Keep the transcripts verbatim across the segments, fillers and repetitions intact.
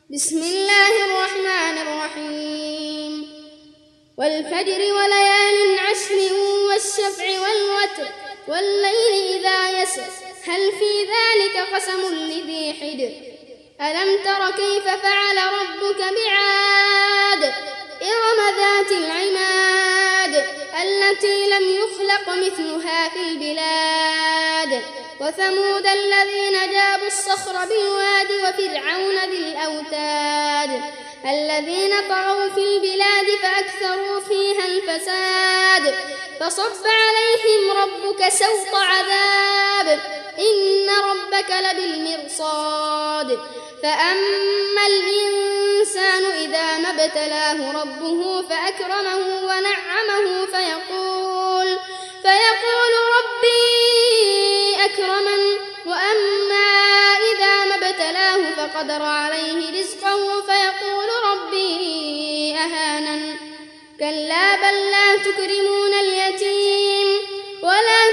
بسم الله الرحمن الرحيم والفجر وليال عشر والشفع والوتر والليل إذا يسر هل في ذلك قسم لذي حجر ألم تر كيف فعل ربك بعاد إرم ذات العماد التي لم يخلق مثلها في البلاد وثمود الذين جابوا الصخر بالواد وفرعون ذي الأوتاد الذين طغوا في البلاد فأكثروا فيها الفساد فصب عليهم ربك سوط عذاب إن ربك لبالمرصاد فأما الإنسان إذا ما ابتلاه ربه فأكرمه ونعمه فيقول فيقول ربي أكرمن وأما إذا ما ابتلاه فقدر عليه رزقه فيقول ربي أهانن كلا بل لا تكرمون اليتيم ولا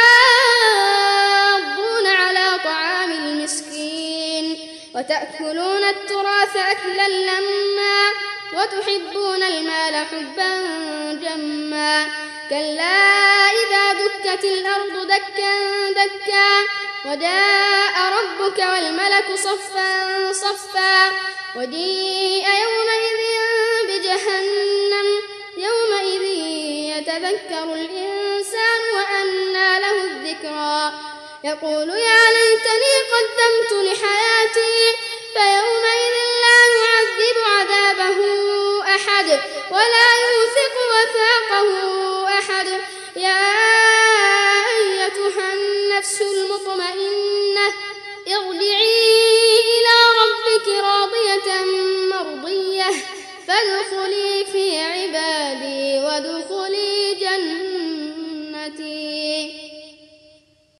تحاضون على طعام المسكين وتأكلون التراث أكلا لما وتحبون المال حبا جما كلا إذا دكت الأرض دكا دكا وجاء ربك والملك صفا صفا وجيء يومئذ بجهنم يومئذ يتذكر الإنسان وأنى له الذكرى يقول يا ليتني قدمت لحياتي فيومئذ لا يعذب عذابه أحد ولا يوثق وثاقه أحد يا أيتها النفس المطمئنة ارجعي إلى ربك راضية مرضية فادخلي في عبادي وادخلي جنتي.